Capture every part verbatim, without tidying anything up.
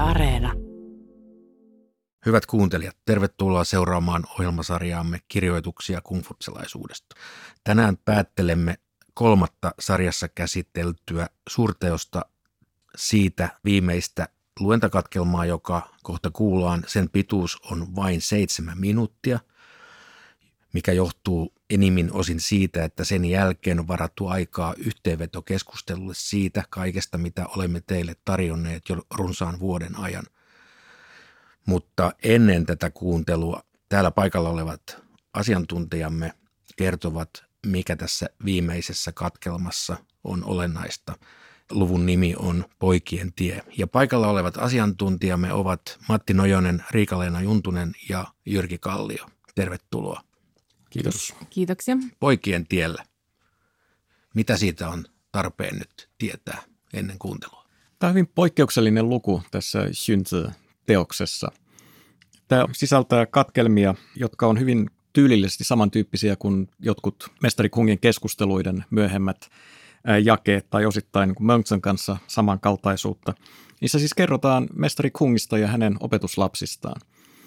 Areena. Hyvät kuuntelijat, tervetuloa seuraamaan ohjelmasarjaamme kirjoituksia kungfutselaisuudesta. Tänään päättelemme kolmatta sarjassa käsiteltyä suurteosta, siitä viimeistä luentakatkelmaa, joka kohta kuullaan. Sen pituus on vain seitsemän minuuttia, mikä johtuu enimmin osin siitä, että sen jälkeen on varattu aikaa yhteenvetokeskustelulle siitä kaikesta, mitä olemme teille tarjonneet jo runsaan vuoden ajan. Mutta ennen tätä kuuntelua täällä paikalla olevat asiantuntijamme kertovat, mikä tässä viimeisessä katkelmassa on olennaista. Luvun nimi on Poikien tie. Ja paikalla olevat asiantuntijamme ovat Matti Nojonen, Riika-Leena Juntunen ja Jyrki Kallio. Tervetuloa. Kiitos. Kiitoksia. Poikien tiellä. Mitä siitä on tarpeen nyt tietää ennen kuuntelua? Tämä on hyvin poikkeuksellinen luku tässä Xunzi-teoksessa. Tämä sisältää katkelmia, jotka on hyvin tyylillisesti samantyyppisiä kuin jotkut mestari Kungin keskusteluiden myöhemmät jakeet tai osittain Mengzhen kanssa samankaltaisuutta. Niissä siis kerrotaan mestari Kungista ja hänen opetuslapsistaan.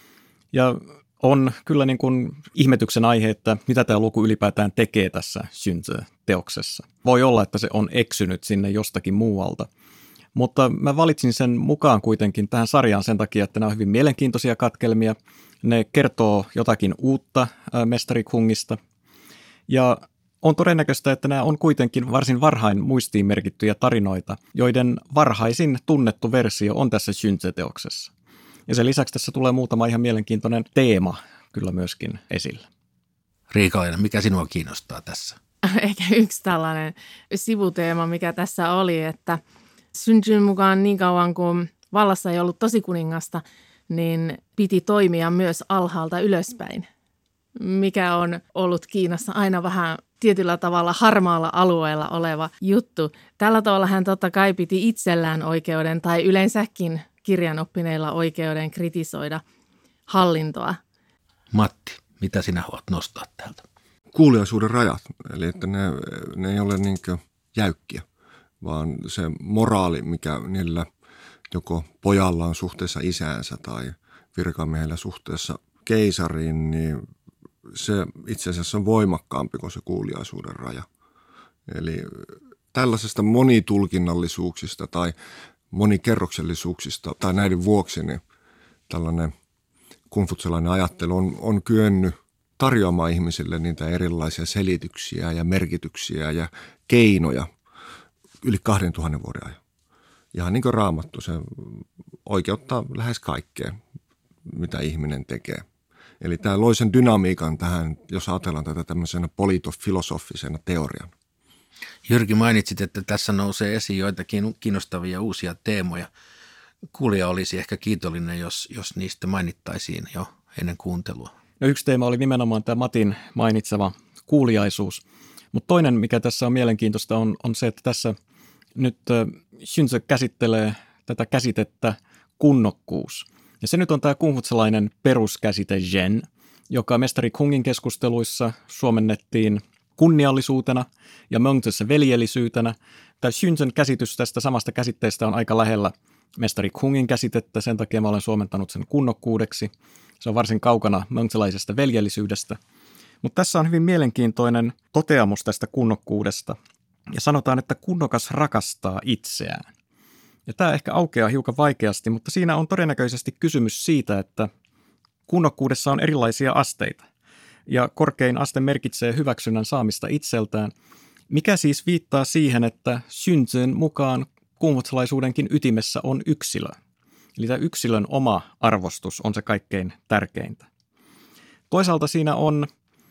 Ja on kyllä niin kuin ihmetyksen aihe, että mitä tämä luku ylipäätään tekee tässä Xunzi-teoksessa. Voi olla, että se on eksynyt sinne jostakin muualta. Mutta mä valitsin sen mukaan kuitenkin tähän sarjaan sen takia, että nämä on hyvin mielenkiintoisia katkelmia. Ne kertoo jotakin uutta mestari Kungista. Ja on todennäköistä, että nämä on kuitenkin varsin varhain muistiin merkittyjä tarinoita, joiden varhaisin tunnettu versio on tässä Xunzi-teoksessa. Ja sen lisäksi tässä tulee muutama ihan mielenkiintoinen teema kyllä myöskin esille. Riika-Leena, mikä sinua kiinnostaa tässä? Ehkä yksi tällainen sivuteema, mikä tässä oli, että Xunzin mukaan niin kauan kuin vallassa ei ollut tosikuningasta, niin piti toimia myös alhaalta ylöspäin, mikä on ollut Kiinassa aina vähän tietyllä tavalla harmaalla alueella oleva juttu. Tällä tavalla hän totta kai piti itsellään oikeuden tai yleensäkin kirjanoppineilla oikeuden kritisoida hallintoa. Matti, mitä sinä haluat nostaa täältä? Kuuliaisuuden rajat, eli että ne, ne ei ole niin kuin jäykkiä, vaan se moraali, mikä niillä joko pojalla on suhteessa isäänsä tai virkamiehellä suhteessa keisariin, niin se itse asiassa on voimakkaampi kuin se kuuliaisuuden raja. Eli tällaisesta monitulkinnallisuuksista tai monikerroksellisuuksista tai näiden vuoksi niin tällainen kungfutselainen ajattelu on, on kyennyt tarjoamaan ihmisille niitä erilaisia selityksiä ja merkityksiä ja keinoja yli kahden tuhannen vuoden ajan. Ihan niin kuin Raamattu, se oikeuttaa lähes kaikkea, mitä ihminen tekee. Eli tämä loi sen dynamiikan tähän, jos ajatellaan tätä tämmöisenä poliitofilosofisena teoriana. Jyrki, mainitsit, että tässä nousee esiin joitakin kiinnostavia uusia teemoja. Kuulija olisi ehkä kiitollinen, jos, jos niistä mainittaisiin jo ennen kuuntelua. No yksi teema oli nimenomaan tämä Matin mainitsema kuuliaisuus. Mutta toinen, mikä tässä on mielenkiintoista, on, on se, että tässä nyt Xunzi käsittelee tätä käsitettä kunnokkuus. Ja se nyt on tämä kungfutselainen peruskäsite zhen, joka mestari Kungin keskusteluissa suomennettiin kunniallisuutena ja Mengzhessä veljellisyytenä. Tämä Xunzin käsitys tästä samasta käsitteestä on aika lähellä mestari Kungin käsitettä, sen takia mä olen suomentanut sen kunnokkuudeksi. Se on varsin kaukana mengzhelaisesta veljellisyydestä. Mutta tässä on hyvin mielenkiintoinen toteamus tästä kunnokkuudesta. Ja sanotaan, että kunnokas rakastaa itseään. Ja tämä ehkä aukeaa hiukan vaikeasti, mutta siinä on todennäköisesti kysymys siitä, että kunnokkuudessa on erilaisia asteita. Ja korkein aste merkitsee hyväksynnän saamista itseltään, mikä siis viittaa siihen, että Xunzin mukaan kungfutselaisuudenkin ytimessä on yksilö. Eli tämä yksilön oma arvostus on se kaikkein tärkeintä. Toisaalta siinä on,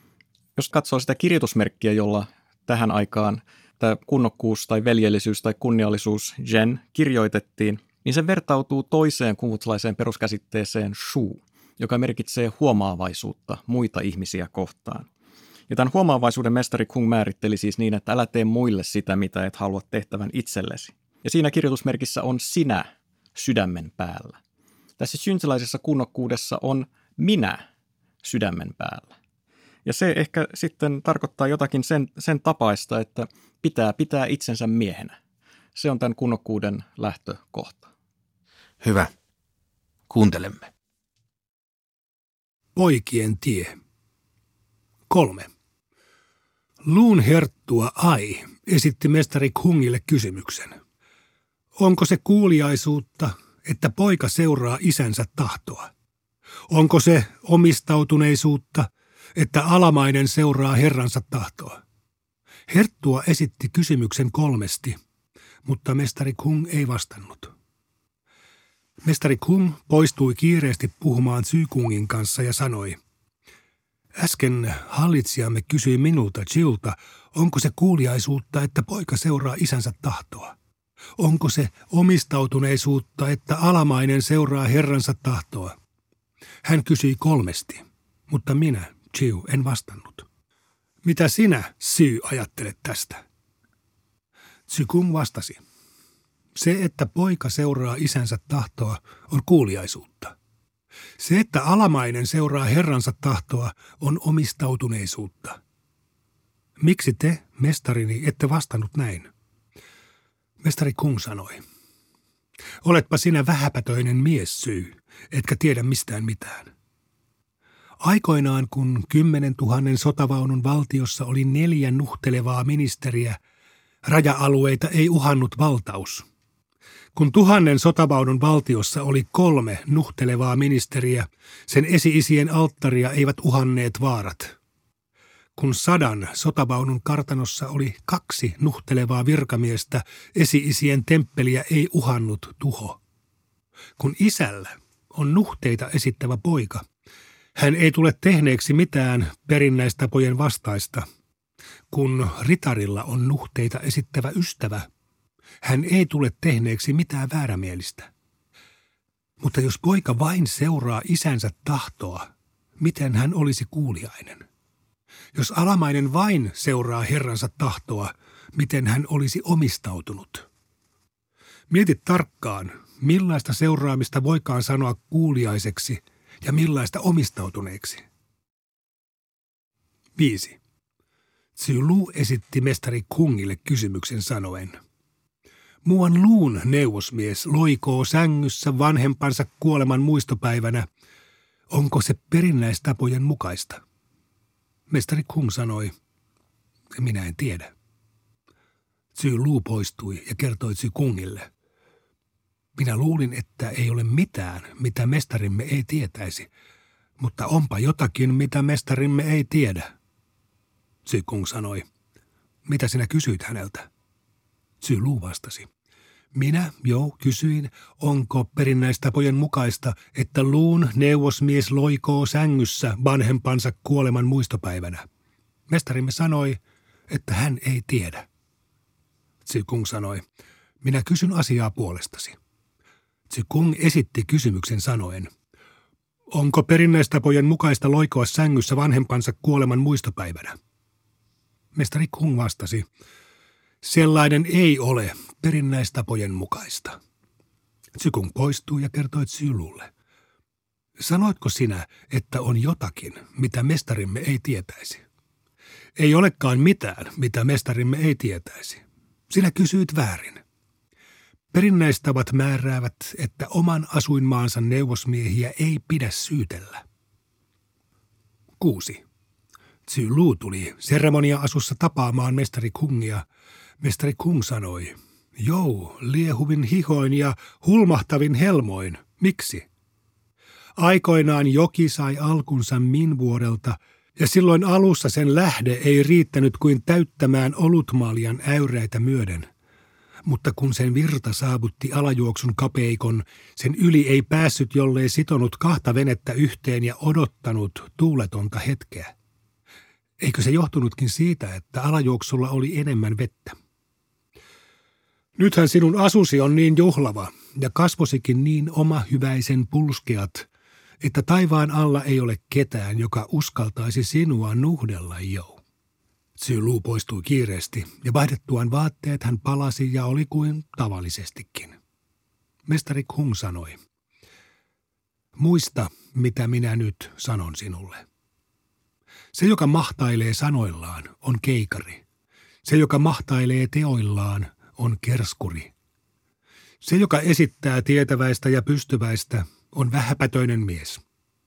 jos katsoo sitä kirjoitusmerkkiä, jolla tähän aikaan tämä kunnokkuus tai veljellisyys tai kunniallisuus zhen kirjoitettiin, niin se vertautuu toiseen kungfutselaiseen peruskäsitteeseen shu, joka merkitsee huomaavaisuutta muita ihmisiä kohtaan. Ja tämän huomaavaisuuden mestari Kung määritteli siis niin, että älä tee muille sitä, mitä et halua tehtävän itsellesi. Ja siinä kirjoitusmerkissä on sinä sydämen päällä. Tässä xunzilaisessa kunnokkuudessa on minä sydämen päällä. Ja se ehkä sitten tarkoittaa jotakin sen, sen tapaista, että pitää pitää itsensä miehenä. Se on tämän kunnokkuuden lähtökohta. Hyvä. Kuuntelemme. Poikien tie. Kolme. Luun herttua Ai esitti mestari Kungille kysymyksen. Onko se kuuliaisuutta, että poika seuraa isänsä tahtoa? Onko se omistautuneisuutta, että alamainen seuraa herransa tahtoa? Herttua esitti kysymyksen kolmesti, mutta mestari Kung ei vastannut. Mestari Kung poistui kiireesti puhumaan Tzy-Kungin kanssa ja sanoi, äsken hallitsijamme kysyi minulta, Chilta, onko se kuuliaisuutta, että poika seuraa isänsä tahtoa? Onko se omistautuneisuutta, että alamainen seuraa herransa tahtoa? Hän kysyi kolmesti, mutta minä, Chiu, en vastannut. Mitä sinä, Sy, ajattelet tästä? Tzy-Kung vastasi. Se, että poika seuraa isänsä tahtoa, on kuuliaisuutta. Se, että alamainen seuraa herransa tahtoa, on omistautuneisuutta. Miksi te, mestarini, ette vastannut näin? Mestari Kung sanoi. Oletpa sinä vähäpätöinen mies, Sy, etkä tiedä mistään mitään. Aikoinaan, kun kymmenen tuhannen sotavaunun valtiossa oli neljä nuhtelevaa ministeriä, raja-alueita ei uhannut valtaus. Kun tuhannen sotavaunun valtiossa oli kolme nuhtelevaa ministeriä, sen esi-isien alttaria eivät uhanneet vaarat. Kun sadan sotavaunun kartanossa oli kaksi nuhtelevaa virkamiestä, esi-isien temppeliä ei uhannut tuho. Kun isällä on nuhteita esittävä poika, hän ei tule tehneeksi mitään perinnäistapojen vastaista. Kun ritarilla on nuhteita esittävä ystävä, hän ei tule tehneeksi mitään väärämielistä. Mutta jos poika vain seuraa isänsä tahtoa, miten hän olisi kuuliainen? Jos alamainen vain seuraa herransa tahtoa, miten hän olisi omistautunut? Mieti tarkkaan, millaista seuraamista voikaan sanoa kuuliaiseksi ja millaista omistautuneeksi. Viisi. Tzy-Lu esitti mestari Kungille kysymyksen sanoen. Muuan Luun neuvosmies loikoo sängyssä vanhempansa kuoleman muistopäivänä. Onko se perinnäistapojen mukaista? Mestari Kung sanoi, minä en tiedä. Tzy-Lu poistui ja kertoi Tzy-Kungille. Minä luulin, että ei ole mitään, mitä mestarimme ei tietäisi, mutta onpa jotakin, mitä mestarimme ei tiedä. Tzy-Kung sanoi, mitä sinä kysyit häneltä? Tzy-Lu vastasi. Minä jo kysyin, onko perinnäistapojen mukaista, että Luun neuvosmies loikoo sängyssä vanhempansa kuoleman muistopäivänä. Mestarimme sanoi, että hän ei tiedä. Tzy-Kung sanoi, minä kysyn asiaa puolestasi. Tzy-Kung esitti kysymyksen sanoen, onko perinnäistapojen mukaista loikoa sängyssä vanhempansa kuoleman muistopäivänä? Mestari Kung vastasi, sellainen ei ole perinnäistapojen mukaista. Tzy-Kung poistui ja kertoi Tzy-Lulle. Sanoitko sinä, että on jotakin, mitä mestarimme ei tietäisi? Ei olekaan mitään, mitä mestarimme ei tietäisi. Sinä kysyit väärin. Perinnäistavat määräävät, että oman asuinmaansa neuvosmiehiä ei pidä syytellä. Kuusi. Tzy-Lu tuli seremonia-asussa tapaamaan mestari Kungia. Mestari Kung sanoi, jou, liehuvin hihoin ja hulmahtavin helmoin. Miksi? Aikoinaan joki sai alkunsa Min-vuorelta, ja silloin alussa sen lähde ei riittänyt kuin täyttämään olutmaljan äyräitä myöden. Mutta kun sen virta saavutti alajuoksun kapeikon, sen yli ei päässyt, jollei sitonut kahta venettä yhteen ja odottanut tuuletonta hetkeä. Eikö se johtunutkin siitä, että alajuoksulla oli enemmän vettä? Nythän sinun asusi on niin juhlava ja kasvosikin niin omahyväisen pulskeat, että taivaan alla ei ole ketään, joka uskaltaisi sinua nuhdella, jou. Tzy-Lu poistui kiireesti ja vaihdettuaan vaatteet hän palasi ja oli kuin tavallisestikin. Mestari Kung sanoi, muista, mitä minä nyt sanon sinulle. Se, joka mahtailee sanoillaan, on keikari. Se, joka mahtailee teoillaan, on kerskuri. Se, joka esittää tietäväistä ja pystyväistä, on vähäpätöinen mies.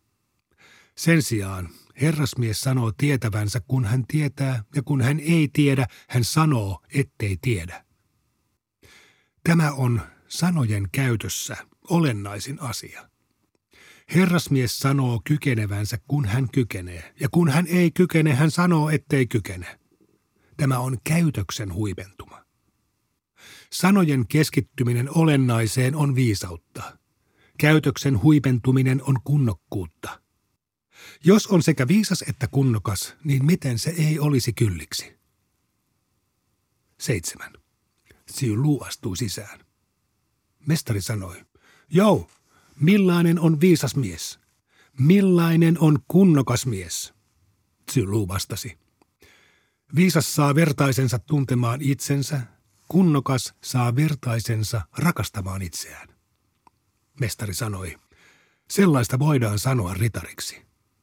Sen sijaan herrasmies sanoo tietävänsä, kun hän tietää, ja kun hän ei tiedä, hän sanoo, ettei tiedä. Tämä on sanojen käytössä olennaisin asia. Herrasmies sanoo kykenevänsä, kun hän kykenee, ja kun hän ei kykene, hän sanoo, ettei kykene. Tämä on käytöksen huipentuma. Sanojen keskittyminen olennaiseen on viisautta. Käytöksen huipentuminen on kunnokkuutta. Jos on sekä viisas että kunnokas, niin miten se ei olisi kylliksi? Seitsemän. Tsiulu astuu sisään. Mestari sanoi, joo, millainen on viisas mies? Millainen on kunnokas mies? Tsiulu vastasi. Viisas saa vertaisensa tuntemaan itsensä, kunnokas saa vertaisensa rakastamaan itseään. Mestari sanoi, sellaista voidaan sanoa ritariksi.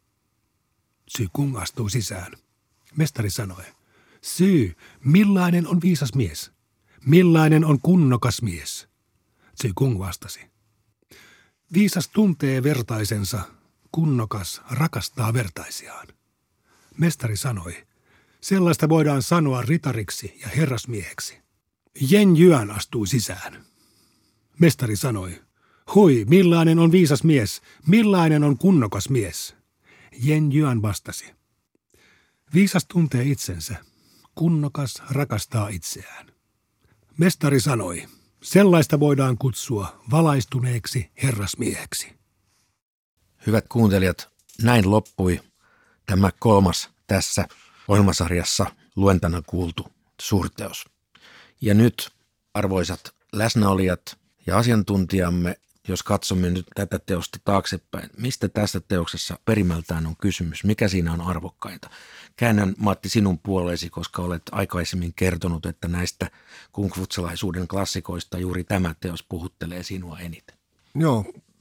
Sy Kung astuu sisään. Mestari sanoi, Sy, millainen on viisas mies? Millainen on kunnokas mies? Sy Kung vastasi. Viisas tuntee vertaisensa, kunnokas rakastaa vertaisiaan. Mestari sanoi, sellaista voidaan sanoa ritariksi ja herrasmieheksi. Yen Yuan astui sisään. Mestari sanoi, hui, millainen on viisas mies, millainen on kunnokas mies? Yen Yuan vastasi. Viisas tuntee itsensä, kunnokas rakastaa itseään. Mestari sanoi, sellaista voidaan kutsua valaistuneeksi herrasmieheksi. Hyvät kuuntelijat, näin loppui tämä kolmas tässä ohjelmasarjassa luentana kuultu suurteos. Ja nyt, arvoisat läsnäolijat ja asiantuntijamme, jos katsomme nyt tätä teosta taaksepäin, mistä tässä teoksessa perimältään on kysymys, mikä siinä on arvokkainta? Käännän, Matti, sinun puoleesi, koska olet aikaisemmin kertonut, että näistä kungfutsalaisuuden klassikoista juuri tämä teos puhuttelee sinua eniten. Joo,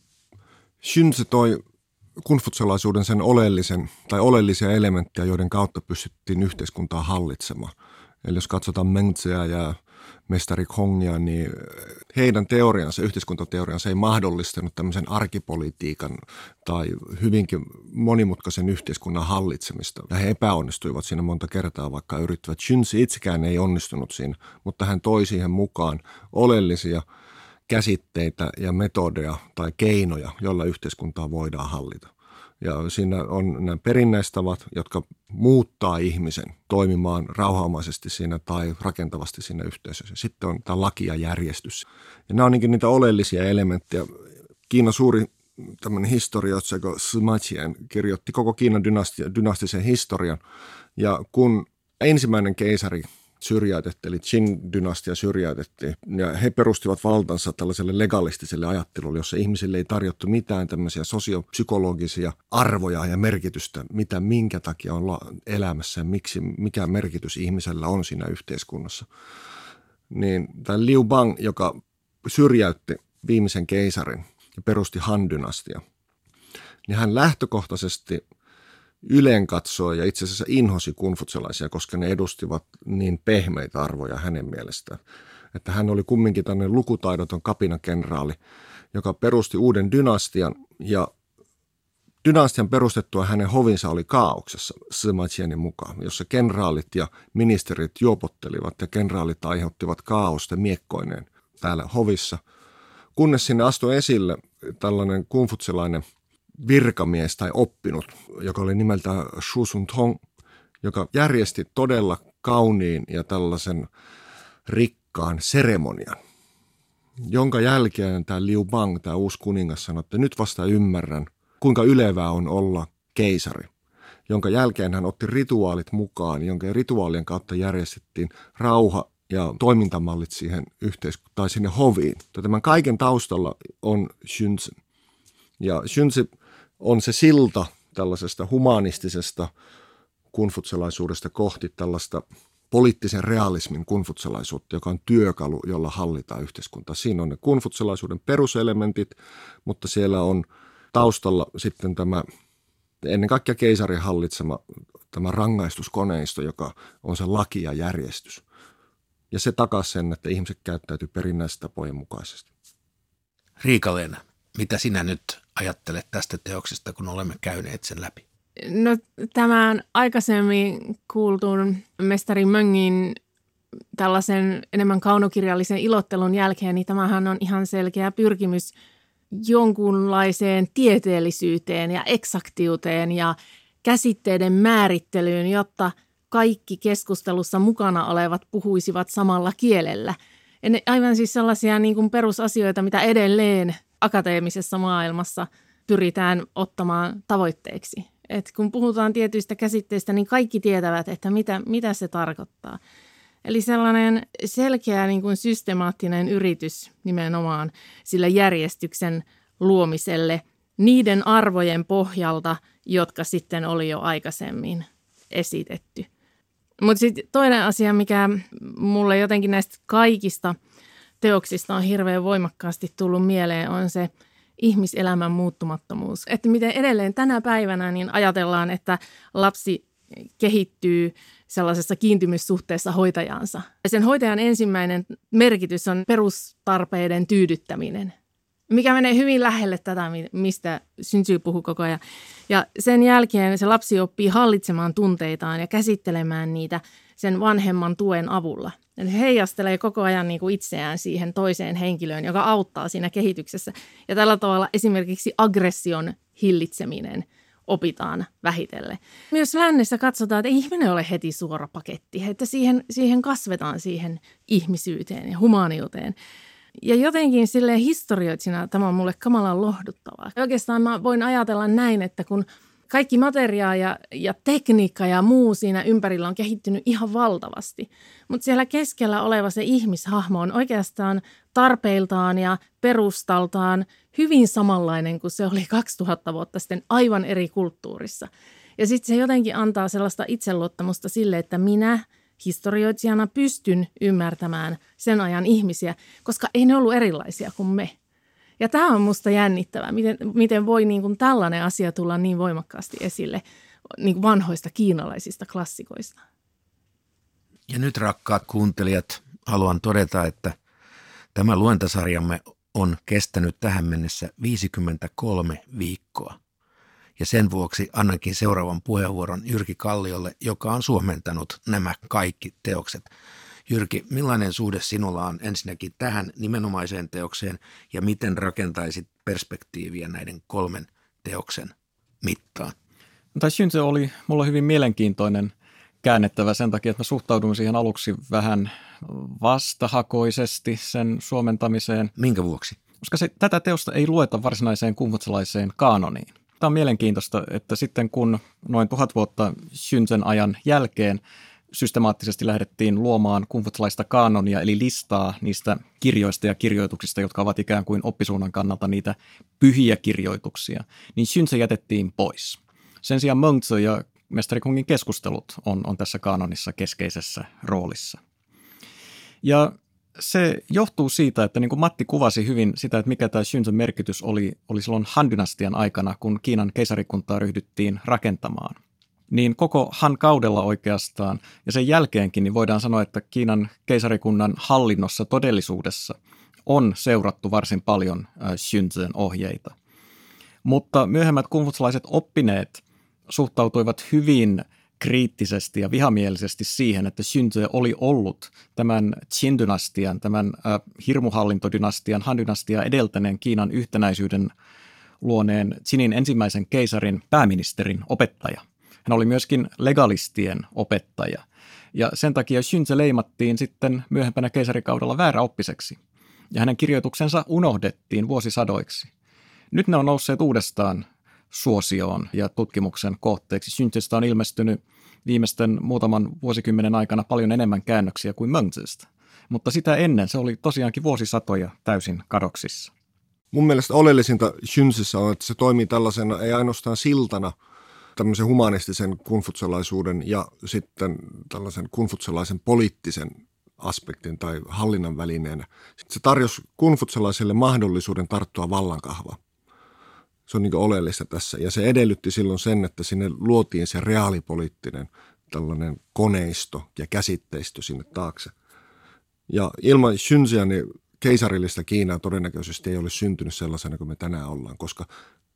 Xunzi toi kungfutsalaisuuden sen oleellisen tai oleellisia elementtejä, joiden kautta pystyttiin yhteiskuntaa hallitsemaan. Eli jos katsotaan Mengziä ja mestari Kongia, niin heidän teoriansa, yhteiskuntateoriansa ei mahdollistanut tämmöisen arkipolitiikan tai hyvinkin monimutkaisen yhteiskunnan hallitsemista. Ja he epäonnistuivat siinä monta kertaa, vaikka yrittivät. Xunzi itsekään ei onnistunut siinä, mutta hän toi siihen mukaan oleellisia käsitteitä ja metodeja tai keinoja, joilla yhteiskuntaa voidaan hallita. Ja siinä on nämä perinnäistavat, jotka muuttaa ihmisen toimimaan rauhanomaisesti siinä tai rakentavasti siinä yhteisössä. Sitten on tämä laki ja järjestys. Ja nämä on niin niitä oleellisia elementtejä. Kiinan suuri tämmöinen historioitsija Sima Qian kirjoitti koko Kiinan dynasti- dynastisen historian. Ja kun ensimmäinen keisari syrjäytettiin, eli Qing-dynastia syrjäytettiin, ja he perustivat valtansa tällaiselle legalistiselle ajattelulle, jossa ihmisille ei tarjottu mitään tämmöisiä sosiopsykologisia arvoja ja merkitystä, mitä minkä takia on elämässä ja miksi, mikä merkitys ihmisellä on siinä yhteiskunnassa. Niin tämä Liu Bang, joka syrjäytti viimeisen keisarin ja perusti Han-dynastia, niin hän lähtökohtaisesti yleen katsoi ja itse asiassa inhosi kungfutsalaisia, koska ne edustivat niin pehmeitä arvoja hänen mielestään. Että hän oli kumminkin tämmöinen lukutaidoton kapinakenraali, joka perusti uuden dynastian, ja dynastian perustettua hänen hovinsa oli kaauksessa Sima Qianin mukaan, jossa kenraalit ja ministerit juopottelivat ja kenraalit aiheuttivat kaaosta miekkoineen täällä hovissa, kunnes sinne astui esille tällainen kungfutsalainen virkamies tai oppinut, joka oli nimeltään Shu Sun Tong, joka järjesti todella kauniin ja tällaisen rikkaan seremonian, jonka jälkeen tämä Liu Bang, tämä uusi kuningas, sanoi, että nyt vasta ymmärrän, kuinka ylevää on olla keisari, jonka jälkeen hän otti rituaalit mukaan, jonka rituaalien kautta järjestettiin rauha ja toimintamallit siihen yhteiskuntaan tai sinne hoviin. Tämän kaiken taustalla on Xunzi. Ja Xunzi on se silta tällaisesta humanistisesta kungfutsalaisuudesta kohti tällaista poliittisen realismin kungfutsalaisuutta, joka on työkalu, jolla hallitaan yhteiskuntaa. Siinä on ne kungfutsalaisuuden peruselementit, mutta siellä on taustalla sitten tämä ennen kaikkea keisarin hallitsema tämä rangaistuskoneisto, joka on se laki ja järjestys. Ja se takaa sen, että ihmiset käyttäytyy perinnäistapojen mukaisesti. Riika-Leena, mitä sinä nyt ajattelet tästä teoksesta, kun olemme käyneet sen läpi? No tämän aikaisemmin kuultuun mestari Möngin tällaisen enemmän kaunokirjallisen ilottelun jälkeen, niin tämähän on ihan selkeä pyrkimys jonkunlaiseen tieteellisyyteen ja eksaktiuteen ja käsitteiden määrittelyyn, jotta kaikki keskustelussa mukana olevat puhuisivat samalla kielellä. Ja ne aivan siis sellaisia niin kuin perusasioita, mitä edelleen akateemisessa maailmassa pyritään ottamaan tavoitteeksi. Et kun puhutaan tietyistä käsitteistä, niin kaikki tietävät, että mitä, mitä se tarkoittaa. Eli sellainen selkeä niin kuin systemaattinen yritys nimenomaan sillä järjestyksen luomiselle niiden arvojen pohjalta, jotka sitten oli jo aikaisemmin esitetty. Mutta sitten toinen asia, mikä mulle jotenkin näistä kaikista teoksista on hirveän voimakkaasti tullut mieleen, on se ihmiselämän muuttumattomuus. Että miten edelleen tänä päivänä niin ajatellaan, että lapsi kehittyy sellaisessa kiintymyssuhteessa hoitajaansa. Ja sen hoitajan ensimmäinen merkitys on perustarpeiden tyydyttäminen, mikä menee hyvin lähelle tätä, mistä Sun-Tzu puhuu koko ajan. Ja sen jälkeen se lapsi oppii hallitsemaan tunteitaan ja käsittelemään niitä sen vanhemman tuen avulla. Eli se heijastelee koko ajan niin kuin itseään siihen toiseen henkilöön, joka auttaa siinä kehityksessä. Ja tällä tavalla esimerkiksi aggression hillitseminen opitaan vähitellen. Myös lännessä katsotaan, että ei ihminen ole heti suora paketti, että siihen, siihen kasvetaan siihen ihmisyyteen ja humaaniuteen. Ja jotenkin silleen historioitsijana tämä on mulle kamalan lohduttavaa. Oikeastaan mä voin ajatella näin, että kun kaikki materiaa ja, ja tekniikka ja muu siinä ympärillä on kehittynyt ihan valtavasti, mutta siellä keskellä oleva se ihmishahmo on oikeastaan tarpeiltaan ja perustaltaan hyvin samanlainen kuin se oli kaksituhatta vuotta sitten aivan eri kulttuurissa. Ja sitten se jotenkin antaa sellaista itseluottamusta sille, että minä historioitsijana pystyn ymmärtämään sen ajan ihmisiä, koska ei ne ollut erilaisia kuin me. Ja tämä on musta jännittävää, miten, miten voi niin kuin tällainen asia tulla niin voimakkaasti esille niin kuin vanhoista kiinalaisista klassikoista. Ja nyt rakkaat kuuntelijat, haluan todeta, että tämä luentasarjamme on kestänyt tähän mennessä viisikymmentäkolme viikkoa. Ja sen vuoksi annankin seuraavan puheenvuoron Jyrki Kalliolle, joka on suomentanut nämä kaikki teokset. Jyrki, millainen suhde sinulla on ensinnäkin tähän nimenomaiseen teokseen ja miten rakentaisit perspektiiviä näiden kolmen teoksen mittaan? Tämä Sun-Tzu oli mulla hyvin mielenkiintoinen käännettävä sen takia, että mä suhtauduin siihen aluksi vähän vastahakoisesti sen suomentamiseen. Minkä vuoksi? Koska se, tätä teosta ei lueta varsinaiseen konfutsalaiseen kaanoniin. Tämä on mielenkiintoista, että sitten kun noin tuhat vuotta Sun-Tzun ajan jälkeen systemaattisesti lähdettiin luomaan konfutsalaista kaanonia, eli listaa niistä kirjoista ja kirjoituksista, jotka ovat ikään kuin oppisuunnan kannalta niitä pyhiä kirjoituksia, niin Sun-Tzu jätettiin pois. Sen sijaan Mengzi ja mestari Kungin keskustelut on, on tässä kaanonissa keskeisessä roolissa. Ja se johtuu siitä, että niin kuin Matti kuvasi hyvin sitä, että mikä tämä Sun-Tzun merkitys oli, oli silloin Han-dynastian aikana, kun Kiinan keisarikuntaa ryhdyttiin rakentamaan. Niin koko Han-kaudella oikeastaan ja sen jälkeenkin niin voidaan sanoa, että Kiinan keisarikunnan hallinnossa todellisuudessa on seurattu varsin paljon Sun-Tzun ohjeita. Mutta myöhemmät konfutsalaiset oppineet suhtautuivat hyvin kriittisesti ja vihamielisesti siihen, että Sun-Tzu oli ollut tämän Qin-dynastian, tämän äh, hirmuhallintodynastian, Han-dynastia edeltäneen Kiinan yhtenäisyyden luoneen Qinin ensimmäisen keisarin pääministerin opettaja. Hän oli myöskin legalistien opettaja ja sen takia Sun-Tzu leimattiin sitten myöhempänä keisarikaudella vääräoppiseksi ja hänen kirjoituksensa unohdettiin vuosisadoiksi. Nyt ne on nousseet uudestaan suosioon ja tutkimuksen kohteeksi. Sun-Tzusta on ilmestynyt viimeisten muutaman vuosikymmenen aikana paljon enemmän käännöksiä kuin Mengzistä, mutta sitä ennen se oli tosiaankin vuosisatoja täysin kadoksissa. Mun mielestä oleellisinta Sun-Tzussa on, että se toimii tällaisena, ei ainoastaan siltana tämmöisen humanistisen konfutsalaisuuden ja sitten tällaisen konfutsalaisen poliittisen aspektin tai hallinnan välineenä. Sitten se tarjosi konfutsalaisille mahdollisuuden tarttua vallankahvaan. Se on niin kuin oleellista tässä. Ja se edellytti silloin sen, että sinne luotiin se reaalipoliittinen tällainen koneisto ja käsitteistö sinne taakse. Ja ilman Sun-Tzua niin keisarillista Kiinaa todennäköisesti ei ole syntynyt sellaisena kuin me tänään ollaan, koska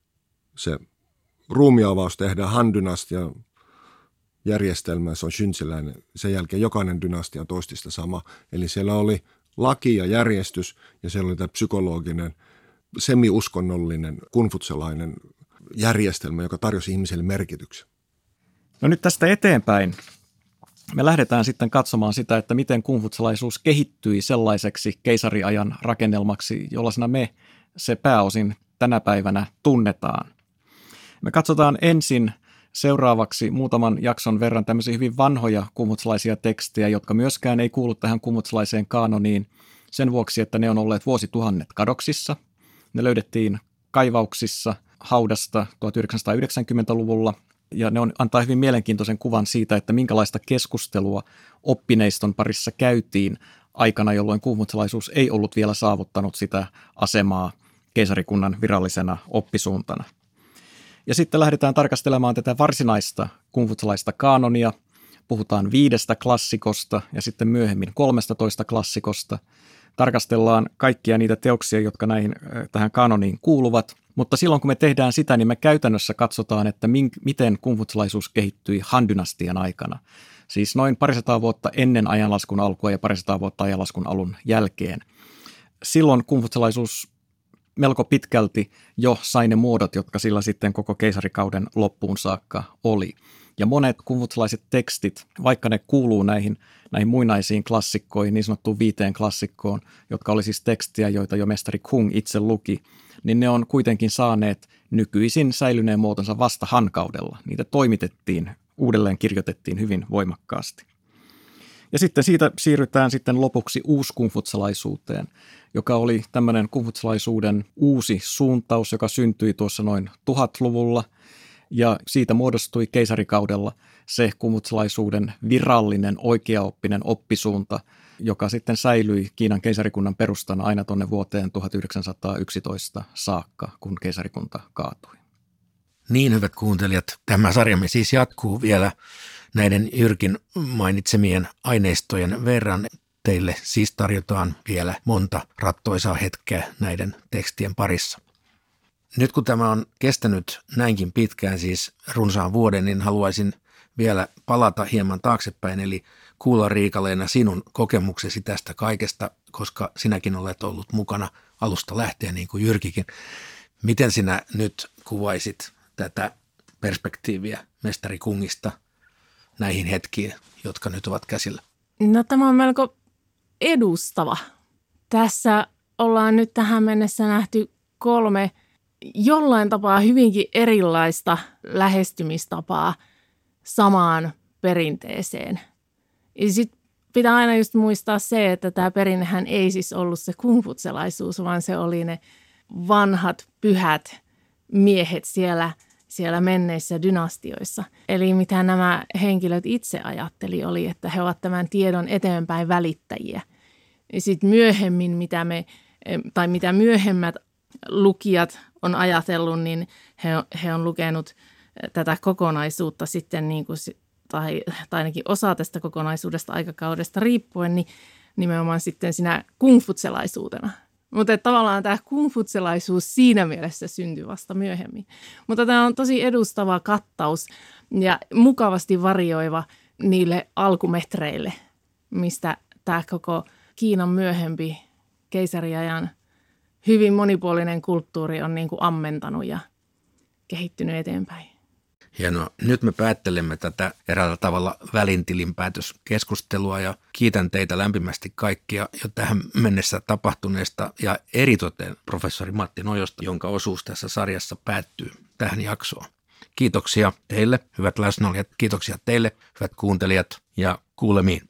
se ruumiavaus tehdään Han-dynastia järjestelmä, se on Xunziläinen. Sen jälkeen jokainen dynastia toistista sama. Eli siellä oli laki ja järjestys ja siellä oli tämä psykologinen, semi-uskonnollinen, konfutselainen järjestelmä, joka tarjosi ihmiselle merkityksen. No nyt tästä eteenpäin me lähdetään sitten katsomaan sitä, että miten konfutselaisuus kehittyi sellaiseksi keisariajan rakennelmaksi, jollaisena me se pääosin tänä päivänä tunnetaan. Me katsotaan ensin seuraavaksi muutaman jakson verran tämmöisiä hyvin vanhoja konfutselaisia tekstejä, jotka myöskään ei kuulu tähän konfutselaiseen kaanoniin sen vuoksi, että ne on olleet vuosituhannet kadoksissa. Ne löydettiin kaivauksissa haudasta tuhatyhdeksänsataayhdeksänkymmentäluvulla ja ne on, antaa hyvin mielenkiintoisen kuvan siitä, että minkälaista keskustelua oppineiston parissa käytiin aikana, jolloin konfutselaisuus ei ollut vielä saavuttanut sitä asemaa keisarikunnan virallisena oppisuuntana. Ja sitten lähdetään tarkastelemaan tätä varsinaista konfutselaista kaanonia. Puhutaan viidestä klassikosta ja sitten myöhemmin kolmestatoista klassikosta. Tarkastellaan kaikkia niitä teoksia, jotka näihin, tähän kaanoniin kuuluvat. Mutta silloin kun me tehdään sitä, niin me käytännössä katsotaan, että mink, miten konfutselaisuus kehittyi Han-dynastian aikana. Siis noin parisataa vuotta ennen ajanlaskun alkua ja parisataa vuotta ajanlaskun alun jälkeen. Silloin konfutselaisuus melko pitkälti jo sai ne muodot, jotka sillä sitten koko keisarikauden loppuun saakka oli. Ja monet konfutselaiset tekstit, vaikka ne kuuluu näihin, näihin muinaisiin klassikkoihin, niin sanottuun viiteen klassikkoon, jotka oli siis tekstiä, joita jo mestari Kung itse luki, niin ne on kuitenkin saaneet nykyisin säilyneen muotonsa vasta Han-kaudella. Niitä toimitettiin, uudelleen kirjoitettiin hyvin voimakkaasti. Ja sitten siitä siirrytään sitten lopuksi uuskonfutselaisuuteen, joka oli tämmöinen konfutselaisuuden uusi suuntaus, joka syntyi tuossa noin tuhatluvulla ja siitä muodostui keisarikaudella se konfutselaisuuden virallinen oikeaoppinen oppisuunta, joka sitten säilyi Kiinan keisarikunnan perustana aina tuonne vuoteen tuhatyhdeksänsataayksitoista saakka, kun keisarikunta kaatui. Niin, hyvät kuuntelijat, tämä sarjamme siis jatkuu vielä näiden Jyrkin mainitsemien aineistojen verran. Teille siis tarjotaan vielä monta rattoisaa hetkeä näiden tekstien parissa. Nyt kun tämä on kestänyt näinkin pitkään, siis runsaan vuoden, niin haluaisin vielä palata hieman taaksepäin, eli kuulla Riika-Leena sinun kokemuksesi tästä kaikesta, koska sinäkin olet ollut mukana alusta lähtien, niin kuin Jyrkikin. Miten sinä nyt kuvaisit tätä perspektiiviä mestari Kungista näihin hetkiin, jotka nyt ovat käsillä? No tämä on melko edustava. Tässä ollaan nyt tähän mennessä nähty kolme jollain tapaa hyvinkin erilaista lähestymistapaa samaan perinteeseen. Ja sitten pitää aina just muistaa se, että tämä perinnehän ei siis ollut se konfutselaisuus, vaan se oli ne vanhat pyhät miehet siellä, siellä menneissä dynastioissa. Eli mitä nämä henkilöt itse ajatteli oli, että he ovat tämän tiedon eteenpäin välittäjiä. Ja sitten myöhemmin, mitä me, tai mitä myöhemmät lukijat on ajatellut, niin he, he on lukenut tätä kokonaisuutta sitten, niin kuin, tai, tai ainakin osa tästä kokonaisuudesta aikakaudesta riippuen, niin nimenomaan sitten siinä konfutselaisuutena. Mutta tavallaan tämä konfutselaisuus siinä mielessä syntyi vasta myöhemmin. Mutta tämä on tosi edustava kattaus ja mukavasti varioiva niille alkumetreille, mistä tämä koko Kiinan myöhempi keisariajan hyvin monipuolinen kulttuuri on niin kuin ammentanut ja kehittynyt eteenpäin. Hienoa. Nyt me päättelemme tätä eräällä tavalla välintilinpäätöskeskustelua ja kiitän teitä lämpimästi kaikkia jo tähän mennessä tapahtuneesta ja eritoten professori Matti Nojosta, jonka osuus tässä sarjassa päättyy tähän jaksoon. Kiitoksia teille, hyvät läsnäolijat, kiitoksia teille, hyvät kuuntelijat ja kuulemiin.